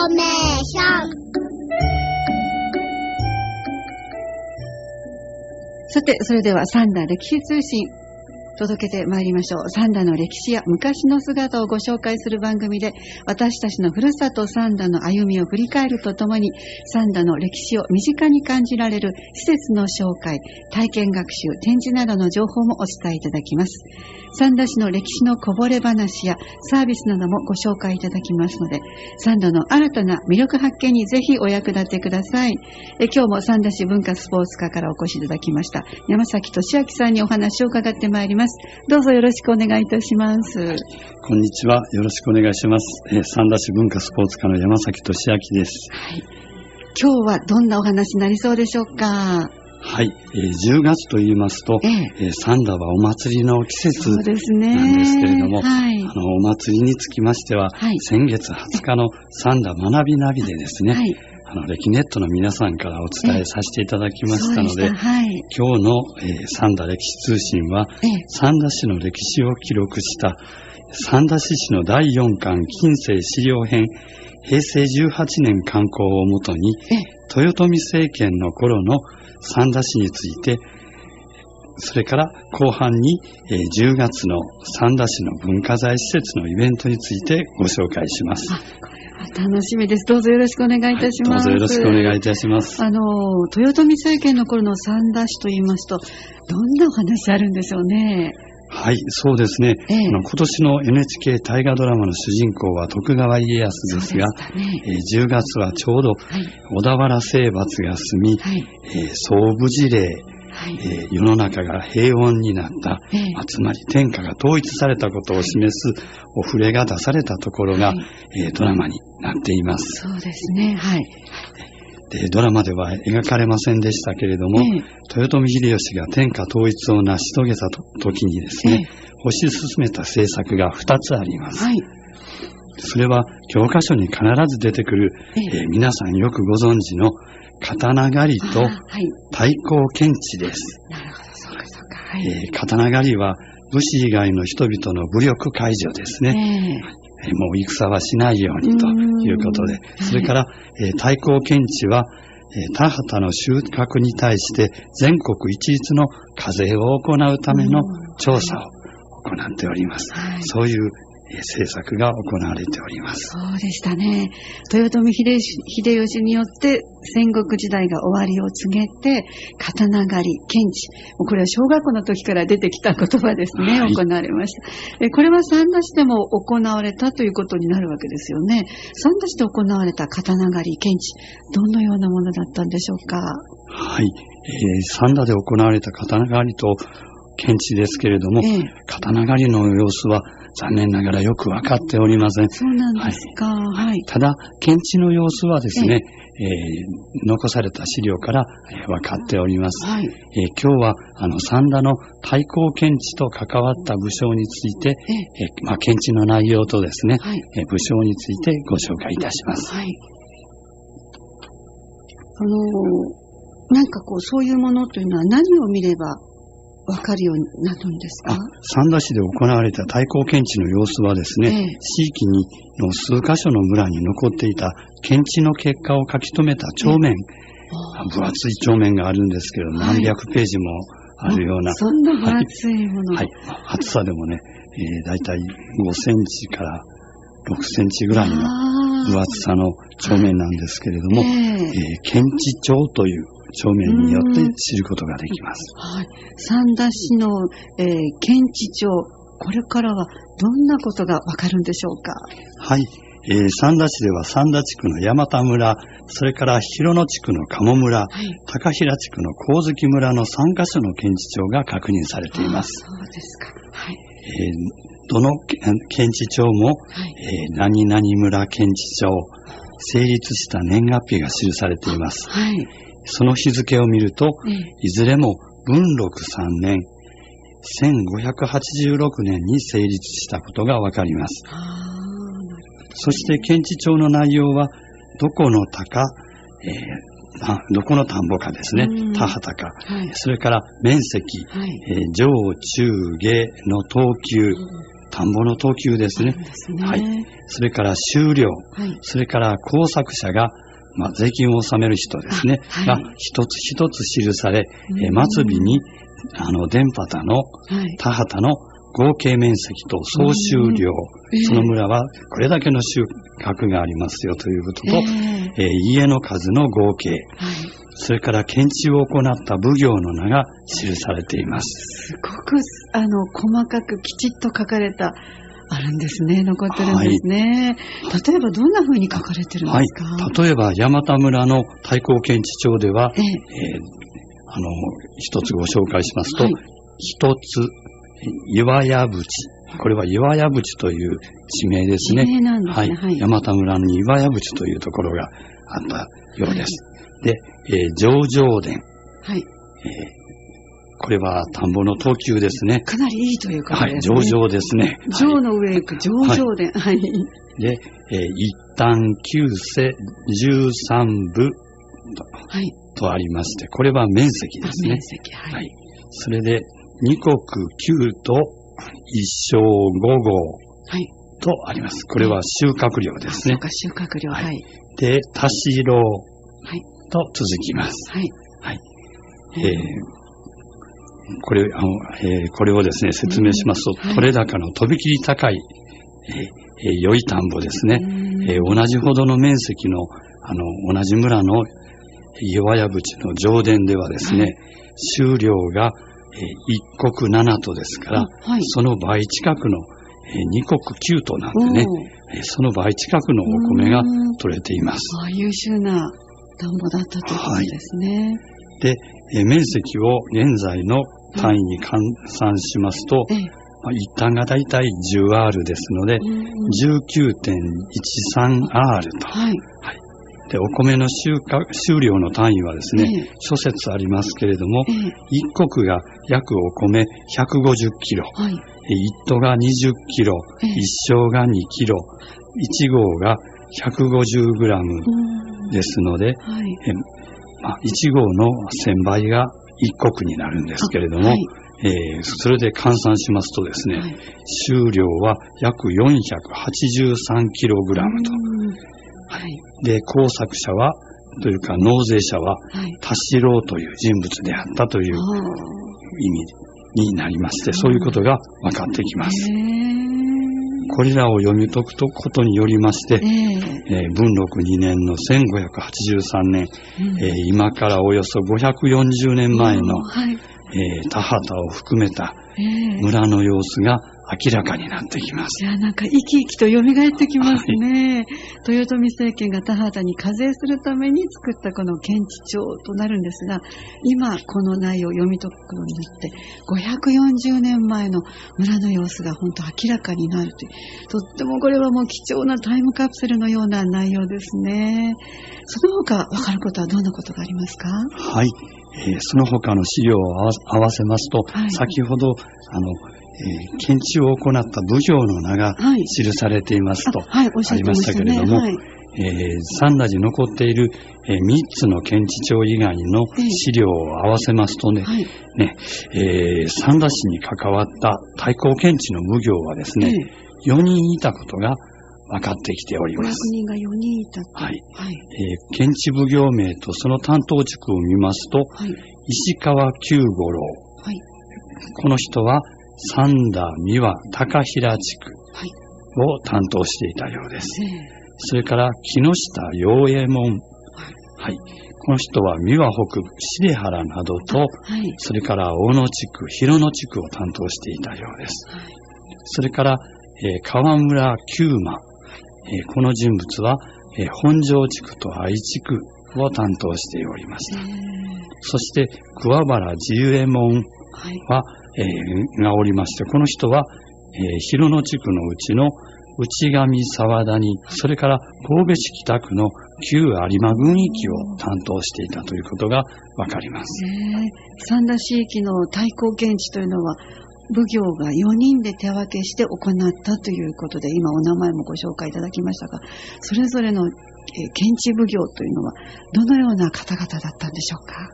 メーション。 さて、それではサンダ歴史通信届けてまいりましょう。サンダの歴史や昔の姿をご紹介する番組で、私たちのふるさとサンダの歩みを振り返るとともに、サンダの歴史を身近に感じられる施設の紹介、体験学習、展示などの情報もお伝えいただきます。サンダ市の歴史のこぼれ話やサービスなどもご紹介いただきますので、サンダの新たな魅力発見にぜひお役立てください。今日もサンダ市文化スポーツ課からお越しいただきました山崎俊明さんにお話を伺ってまいります。どうぞよろしくお願いいたします。 こんにちは。よろしくお願いします。サンダ市文化スポーツ課の山崎俊明です。 はい。今日はどんなお話になりそうでしょうか。 はい。10月と言いますと、サンダはお祭りの季節なんですけれども、 はい、 お祭りにつきましては、はい、先月20日のサンダ学びナビでですね、はい、レキネットの皆さんからお伝えさせていただきましたので、はい、今日の、サンダ歴史通信は、サンダ市の歴史を記録したサンダ市史の第4巻近世資料編平成18年刊行をもとに、豊臣政権の頃のサンダ市について、それから後半に10月のサンダ市の文化財施設のイベントについてご紹介します。 楽しみです。どうぞよろしくお願いいたします。 どうぞよろしくお願いいたします。 豊臣政権の頃のサンダ市と言いますと、どんなお話あるんでしょうね。 はい、そうですね。今年の NHK 大河ドラマの主人公は徳川家康ですが、10月はちょうど小田原征伐が済み、総無事令、世の中が平穏になった、つまり天下が統一されたことを示すお触れが出されたところが、ドラマになっています。 そうですね。はい。 でドラマでは描かれませんでしたけれども、豊臣秀吉が天下統一を成し遂げた時にですね、推し進めた政策が2つあります。それは教科書に必ず出てくる、皆さんよくご存知の刀狩りと太閤検地です。 なるほど、そうかそうか。 刀狩りは武士以外の人々の武力解除ですね。もう戦はしないようにということで、それから、太閤検地は、田畑の収穫に対して全国一律の課税を行うための調査を行っております。そういう政策が行われております。 そうでしたね。豊臣秀吉によって戦国時代が終わりを告げて、刀狩り、検地、これは小学校の時から出てきた言葉ですね、行われました。これはサンダ市でも行われたということになるわけですよね。サンダ市で行われた刀狩り、検地、どのようなものだったんでしょうか。 はい。サンダで行われた刀狩りと検地ですけれども、刀狩りの様子は残念ながらよく分かっておりません。 そうなんですか。はい。 ただ、検地の様子はですね、残された資料から分かっております。今日はサンダの太閤検地と関わった武将について、検地の内容とですね、武将についてご紹介いたします。 なんかこうそういうものというのは何を見ればわかるようになるんですか？ サンダ市で行われた太閤検地の様子はですね、地域の数カ所の村に残っていた検地の結果を書き留めた帳面、分厚い帳面があるんですけど、何百ページもあるような。 そんな分厚いもの。 厚さでもね、だいたい5センチから6センチぐらいの分厚さの帳面なんですけれども、検地帳という帳面によって知ることができます。 サンダ市の、検地帳、これからはどんなことがわかるんでしょうか？ サンダ市ではサンダ地区の山田村、それから広野地区の鴨村、高平地区の上月村の3カ所の検地帳が確認されています。 そうですか。 どの検地帳も、何々村検地帳、成立した年月日が記されています。その日付を見ると、いずれも文禄3年、1586年に成立したことがわかります。そして検地帳の内容は、どこの田か、どこの田んぼかですね、田畑か、それから面積、上中下の等級、 田んぼの等級ですね。はい。それから収領、それから工作者が、税金を納める人ですね、が一つ一つ記され、末尾に、田畑の合計面積と総収量、その村はこれだけの収穫がありますよということと、家の数の合計、それから検地を行った奉行の名が記されています。 すごく細かくきちっと書かれたあるんですね。残ってるんですね。例えばどんな風に書かれてるんですか？ 例えば山田村の対抗検地帳では、一つご紹介しますと、一つ岩屋淵、これは岩屋淵という地名ですね。 地名なんですね。 山田村に岩屋淵というところがあったようです。で、上城田、これは田んぼの等級ですね。 かなりいいというかですね。 上々ですね。 上の上行く上上田。 で、一旦九世13部とありまして、これは面積ですね。 面積、 それで、二国九と一升五号とあります。これは収穫量ですね。 収穫量、 で、田代と続きます。これをですね、説明しますと、取れ高のとびきり高い、良い田んぼですね。同じほどの面積の、同じ村の岩屋淵の上田ではですね、収量が、一国七とですから、その倍近くの、二国九となんでね、その倍近くのお米が取れています。 優秀な田んぼだったということですね。 で、面積を現在の単位に換算しますと、一旦がだいたい 10R ですので、19.13R と。で、お米の収量の単位はですね、諸説ありますけれども、一国が約お米150キロ、一斗が20キロ、一升が2キロ、一合が150グラムですので、1合の1000倍が1石になるんですけれども、それで換算しますとですね、収量は約483キログラムと。で、工作者は、というか納税者は、田代という人物であったという意味になりまして、そういうことが分かってきます。これらを読み解くことによりまして、文禄2年の1583年、今からおよそ540年前の、田畑を含めた村の様子が明らかになってきます。 いや、なんか生き生きと蘇ってきますね。豊臣政権が田畑に課税するために作ったこの検地帳となるんですが、今この内容を読み解くのによって540年前の村の様子が本当明らかになるという、とってもこれはもう貴重なタイムカプセルのような内容ですね。その他分かることはどんなことがありますか？ その他の資料を合わせますと、先ほど検地を行った奉行の名が記されていますとありましたけれども、三田に残っている3つの検地帳以外の資料を合わせますとね、三田市に関わった対抗検地の奉行はですね、4人いたことが分かってきております。 500人が4人いたと。 検地奉行名とその担当地区を見ますと、石川久五郎、この人は三田三輪高平地区を担当していたようです。それから木下陽右衛門、この人は三輪北部重原などと、それから大野地区広野地区を担当していたようです。それから、川村久馬、この人物は、本庄地区と愛地区を担当しておりました。そして桑原自右衛門は、がおりまして、この人は、広野地区のうちの内上沢谷、それから神戸市北区の旧有馬郡域を担当していたということがわかります。 三田市域の対抗検地というのは、奉行が4人で手分けして行ったということで、今お名前もご紹介いただきましたが、それぞれの検地奉行というのはどのような方々だったんでしょうか？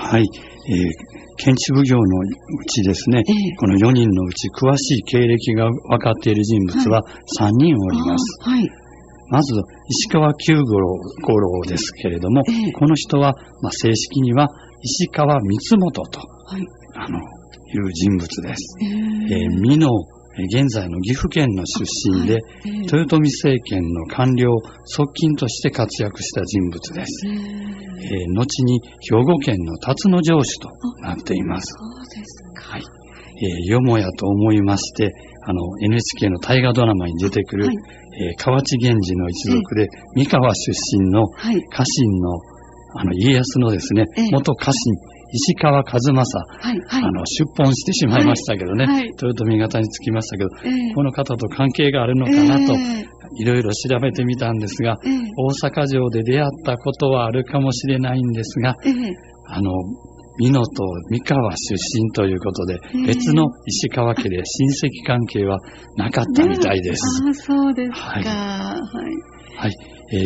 はい。検地奉行のうちですね、この4人のうち詳しい経歴が分かっている人物は3人おります。はい。まず、石川久五郎ですけれども、この人は、正式には石川光元と、いう人物です。美濃、現在の岐阜県の出身で、豊臣政権の官僚側近として活躍した人物です。後に兵庫県の辰野城主となっています。 そうですか。 はい。よもやと思いまして、NHK の大河ドラマに出てくる、河内源氏の一族で、三河出身の家臣の、家康のですね、元家臣、石川数正、出奔してしまいましたけどね、豊臣方につきましたけど、この方と関係があるのかなと、いろいろ調べてみたんですが、大阪城で出会ったことはあるかもしれないんですが、美濃と三河出身ということで、別の石川家で親戚関係はなかったみたいです。 そうですか。 はい。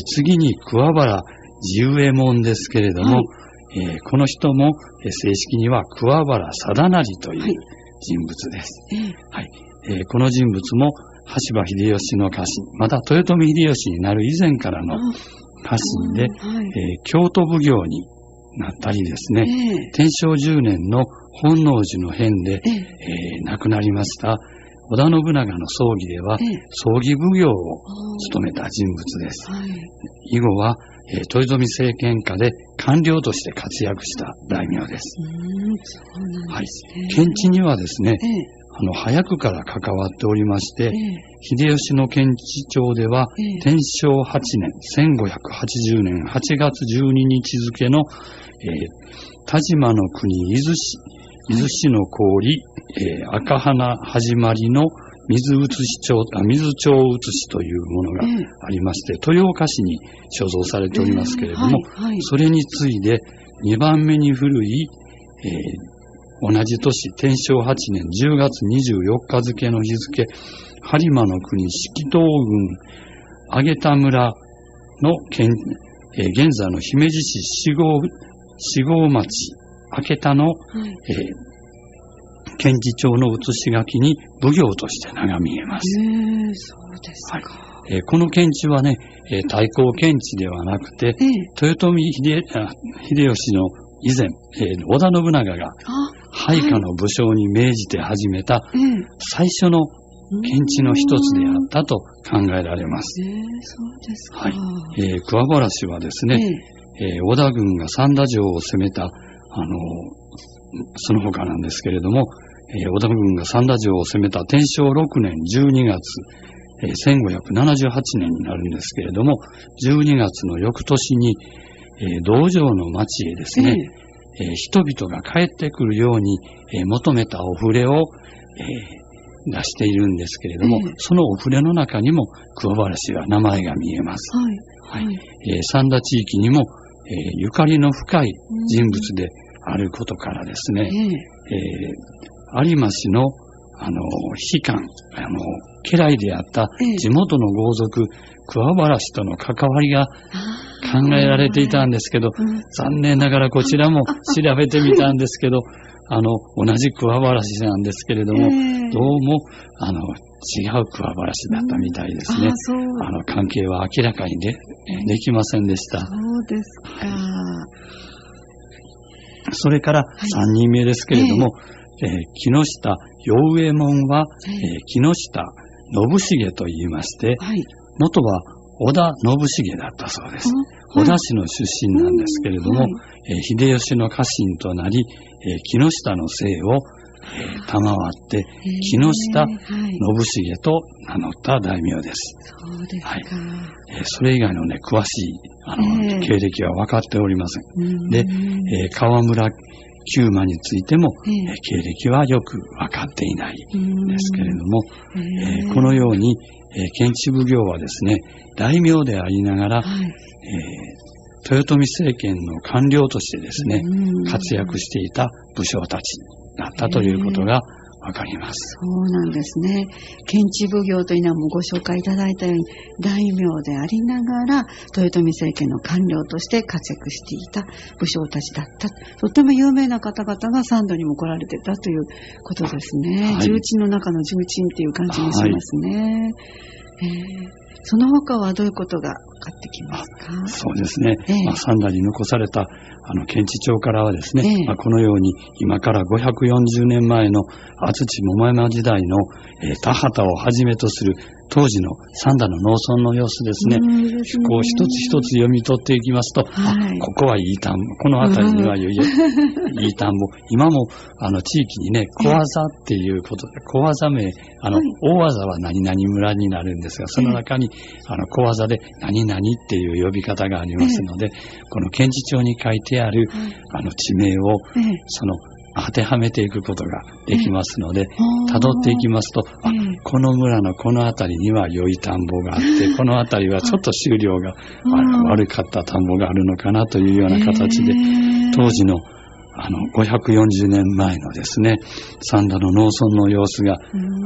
次に桑原治右衛門ですけれども、この人も正式には桑原定成という人物です。この人物も羽柴秀吉の家臣、また豊臣秀吉になる以前からの家臣で、京都奉行になったりですね、天正10年の本能寺の変で、亡くなりました織田信長の葬儀では、葬儀奉行を務めた人物です。以後は、豊臣政権下で官僚として活躍した大名です。 そうなんですね。 検地にはですね、早くから関わっておりまして、秀吉の検地帳では、天正8年、1580年8月12日付の、田島の国伊豆市の郡、赤花始まりの水町写しというものがありまして、豊岡市に所蔵されておりますけれども、それに次いで2番目に古い、同じ年、天正8年10月24日付の日付、播磨の国敷東郡上田村の現在の姫路市四郷町明田の、検地帳の写し書きに奉行として名が見えます。 そうですか。 この検地はね、対抗検地ではなくて、豊臣秀吉の以前、織田信長が配下の武将に命じて始めた最初の検地の一つであったと考えられます。 そうですか。 桑原氏はですね、織田軍が三田城を攻めた、その他なんですけれども、織田軍が三田城を攻めた天正6年12月、1578年になるんですけれども、12月の翌年に、道場の町へですね、人々が帰ってくるように、求めたお触れを、出しているんですけれども、そのお触れの中にも桑原氏は名前が見えます。三田地域にも、ゆかりの深い人物であることからですね、有馬氏の秘官、家来であった地元の豪族、桑原氏との関わりが考えられていたんですけど、残念ながらこちらも調べてみたんですけど、同じ桑原氏なんですけれども、どうも、違う桑原氏だったみたいですね。関係は明らかにできませんでした。 そうですか。 それから3人目ですけれども、木下陽右衛門は、木下信繁と言いまして、元は織田信繁だったそうです。織田氏の出身なんですけれども、秀吉の家臣となり、木下の姓を賜って木下信繁と名乗った大名です。 そうですか。 それ以外のね、詳しい経歴は分かっておりません。で、河村久馬についても、経歴はよく分かっていないんですけれども、このように、検地奉行はですね、大名でありながら、豊臣政権の官僚としてですね、活躍していた武将たちだったということがわかります。 そうなんですね。検地奉行というのはもうご紹介いただいたように、大名でありながら、豊臣政権の官僚として活躍していた武将たちだった。とっても有名な方々が三度にも来られてたということですね。はい、重鎮の中の重鎮っていう感じもしますね。その他はどういうことが分かってきますか？ そうですね。三代に残された検地帳からはですね、このように今から540年前の安土桃山時代の田畑をはじめとする当時の三田の農村の様子ですね。こう一つ一つ読み取っていきますと、ここはいい田んぼ、この辺りにはいい田んぼ。今も地域にね、小技っていうことで、小技名、大技は何々村になるんですが、その中に小技で何々っていう呼び方がありますので、この検地帳に書いてある地名を当てはめていくことができますので、辿っていきますと、この村のこの辺りには良い田んぼがあって、この辺りはちょっと収量が悪かった田んぼがあるのかなというような形で、当時の540年前のですね、三田の農村の様子が、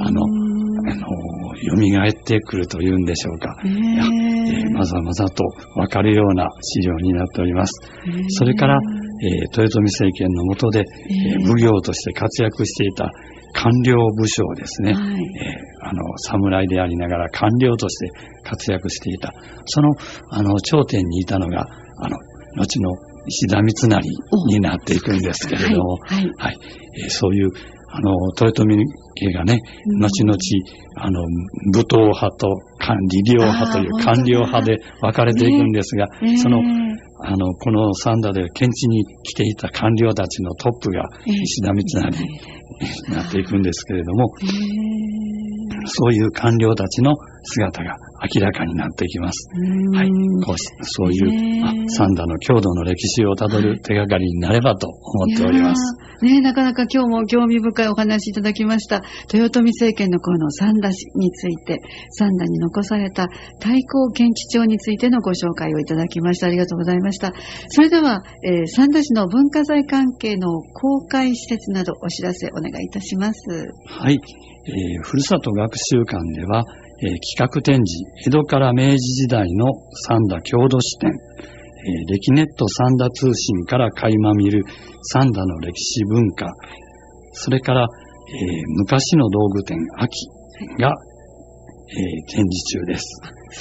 蘇ってくるというんでしょうか。まざまざとわかるような資料になっております。それから、豊臣政権の下で、奉行として活躍していた官僚武将ですね。侍でありながら官僚として活躍していた。その、頂点にいたのが、後の石田三成になっていくんですけれども、そういう、豊臣家がね、後々、武闘派と理領派という官僚派で分かれていくんですが、この三田で検地に来ていた官僚たちのトップが石田三成になっていくんですけれども、そういう官僚たちの姿が明らかになってきます。そういう三田の郷土の歴史をたどる手がかりになればと思っております。 なかなか今日も興味深いお話いただきました。豊臣政権の頃の三田市について、三田に残された太閤検地帳についてのご紹介をいただきました。ありがとうございました。それでは、三田市の文化財関係の公開施設などお知らせお願いいたします。 はい。ふるさと学習館では、企画展示、江戸から明治時代の三田郷土史展、レキネット三田通信から垣間見る三田の歴史文化、それから、昔の道具店秋が、展示中です。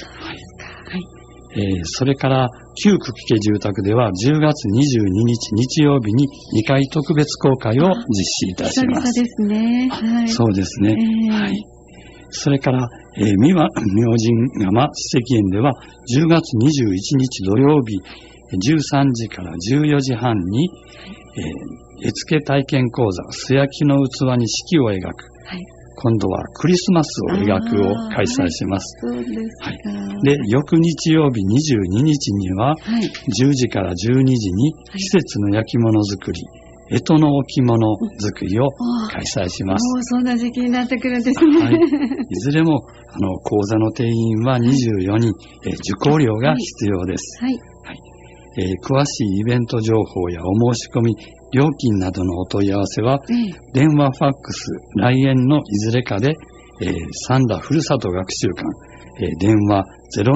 それから、旧久喜家住宅では10月22日日曜日に2回特別公開を実施いたします。 久々ですね。 そうですね。それから、三輪明神窯史跡園では10月21日土曜日13時から14時半に、絵付け体験講座、素焼きの器に四季を描く。今度はクリスマスを描くを開催します。 そうですか。 で、翌日曜日22日には、10時から12時に季節の焼き物作り、干支の置物作りを開催します。 そんな時期になってくるんですね。 いずれも、講座の定員は24人、受講料が必要です。詳しいイベント情報やお申し込み、料金などのお問い合わせは、電話、ファックス、来園のいずれかで、三田ふるさと学習館、電話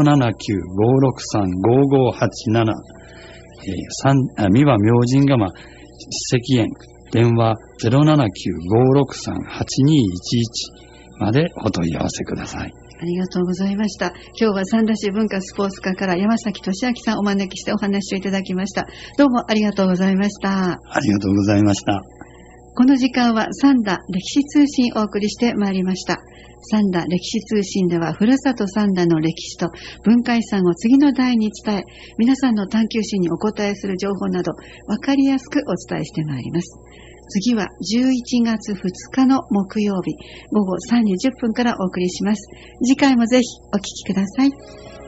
079-563-5587、三輪明神窯史跡園、電話 079-563-8211 までお問い合わせください。 ありがとうございました。今日は三田市文化スポーツ課から山崎俊明さんをお招きしてお話をいただきました。どうもありがとうございました。 ありがとうございました。 この時間は三田歴史通信をお送りしてまいりました。三田歴史通信ではふるさと三田の歴史と文化遺産を次の代に伝え、皆さんの探求心にお答えする情報など分かりやすくお伝えしてまいります。次は11月2日の木曜日午後3時10分からお送りします。次回もぜひお聞きください。